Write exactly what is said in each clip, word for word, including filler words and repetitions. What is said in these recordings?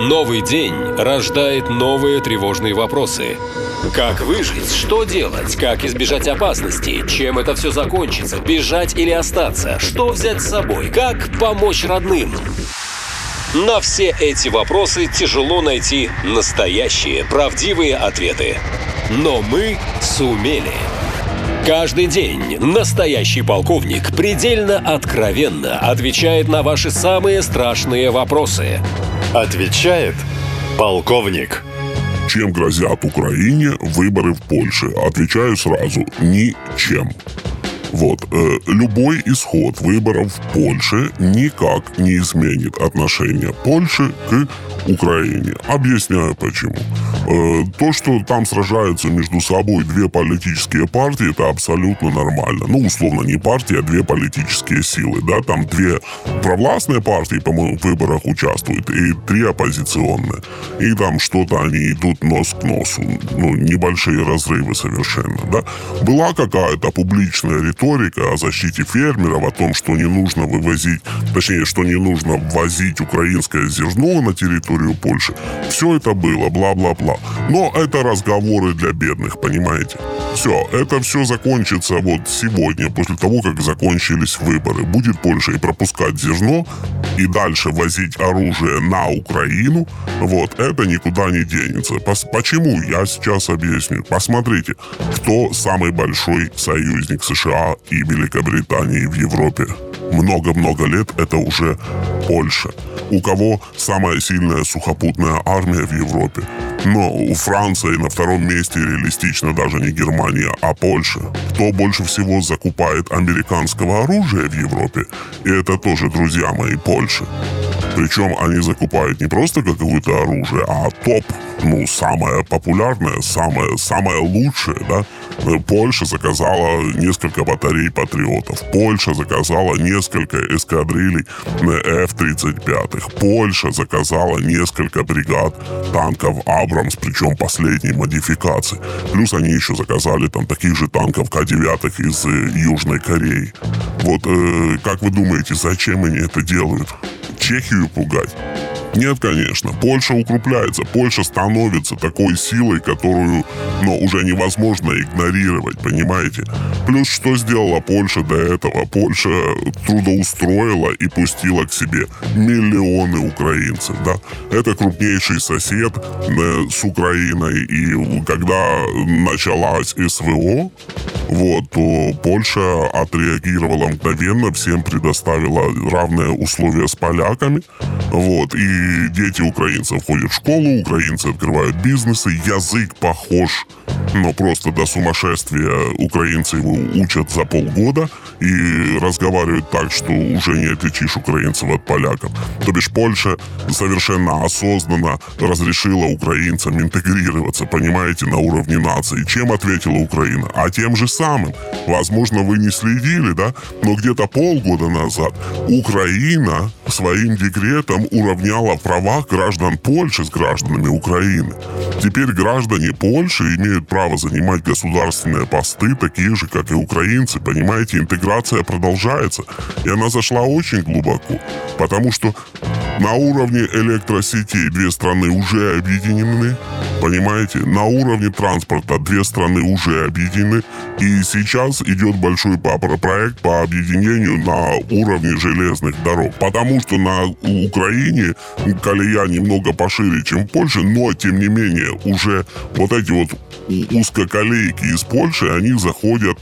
Новый день рождает новые тревожные вопросы. Как выжить? Что делать? Как избежать опасности? Чем это все закончится? Бежать или остаться? Что взять с собой? Как помочь родным? На все эти вопросы тяжело найти настоящие, правдивые ответы. Но мы сумели. Каждый день настоящий полковник предельно откровенно отвечает на ваши самые страшные вопросы. Отвечает полковник. Чем грозят Украине выборы в Польше? Отвечаю сразу – ничем. Вот, э, любой исход выборов в Польше никак не изменит отношение Польши к Украине. Объясняю почему. Э, то, что там сражаются между собой две политические партии, это абсолютно нормально. Ну, условно, не партии, а две политические силы, да, там две провластные партии, по-моему, в выборах участвуют, и три оппозиционные. И там что-то они идут нос к носу, ну, небольшие разрывы совершенно, да. Была какая-то публичная риторика о защите фермеров, о том, что не нужно вывозить, точнее, что не нужно ввозить украинское зерно на территорию Польши. Все это было, бла-бла-бла. Но это разговоры для бедных, понимаете? Все, это все закончится вот сегодня, после того, как закончились выборы. Будет Польша и пропускать зерно, и дальше возить оружие на Украину, вот, это никуда не денется. Пос- почему? Я сейчас объясню. Посмотрите, кто самый большой союзник США и Великобритании в Европе. Много-много лет это уже Польша. У кого самая сильная сухопутная армия в Европе? Но у Франции на втором месте реалистично даже не Германия, а Польша. Кто больше всего закупает американского оружия в Европе? И это тоже, друзья мои, Польша. Причем они закупают не просто какое-то оружие, а топ, ну, самое популярное, самое, самое лучшее, да. Польша заказала несколько батарей патриотов. Польша заказала несколько эскадрилей эф тридцать пять. Польша заказала несколько бригад танков «Абрамс», причем последней модификации. Плюс они еще заказали там таких же танков К девять из э, Южной Кореи. Вот, э, как вы думаете, зачем они это делают? Чехию пугать? Нет, конечно. Польша укрупляется. Польша становится такой силой, которую, ну, уже невозможно игнорировать, понимаете? Плюс, что сделала Польша до этого? Польша трудоустроила и пустила к себе миллионы украинцев, да? Это крупнейший сосед э, с Украиной. И когда началась СВО, вот, то Польша отреагировала мгновенно, всем предоставила равные условия с поляками, вот, и дети украинцев ходят в школу, украинцы открывают бизнесы, язык похож, но просто до сумасшествия украинцы его учат за полгода и разговаривают так, что уже не отличишь украинцев от поляков. То бишь Польша совершенно осознанно разрешила украинцам интегрироваться, понимаете, на уровне нации. Чем ответила Украина? А тем же самым. Возможно, вы не следили, да? Но где-то полгода назад Украина своим декретом уравняла права граждан Польши с гражданами Украины. Теперь граждане Польши имеют право занимать государственные посты, такие же, как и украинцы. Понимаете, интеграция продолжается. И она зашла очень глубоко. Потому что на уровне электросетей две страны уже объединены. Понимаете, на уровне транспорта две страны уже объединены. И сейчас идет большой проект по объединению на уровне железных дорог. Потому что на Украине колея немного пошире, чем в Польше, но, тем не менее, уже вот эти вот узкоколейки из Польши, они заходят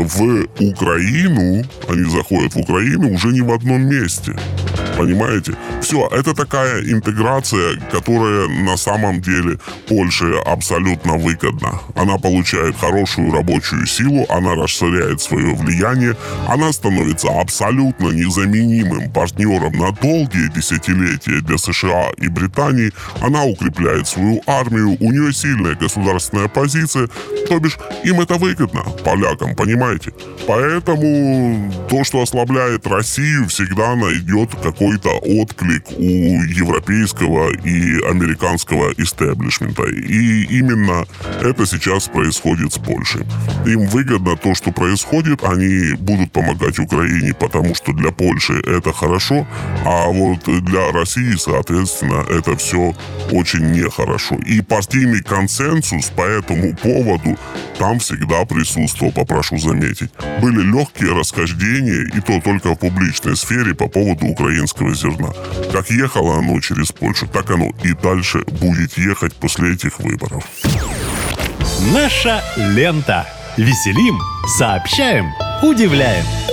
в Украину, они заходят в Украину уже не в одном месте. Понимаете? Все, это такая интеграция, которая на самом деле Польше абсолютно выгодна. Она получает хорошую рабочую силу, она расширяет свое влияние, она становится абсолютно незаменимым партнером на долгие десятилетия для США и Британии, она укрепляет свою армию, у нее сильная государственная позиция, то бишь им это выгодно, полякам, понимаете? Поэтому то, что ослабляет Россию, всегда найдет какой какой-то отклик у европейского и американского истеблишмента. И именно это сейчас происходит с Польшей. Им выгодно то, что происходит. Они будут помогать Украине, потому что для Польши это хорошо, а вот для России, соответственно, это все очень нехорошо. И партийный консенсус по этому поводу там всегда присутствовал, попрошу заметить. Были легкие расхождения, и то только в публичной сфере, по поводу украинского зерна. Как ехало оно через Польшу, так оно и дальше будет ехать после этих выборов. Наша лента. Веселим, сообщаем, удивляем.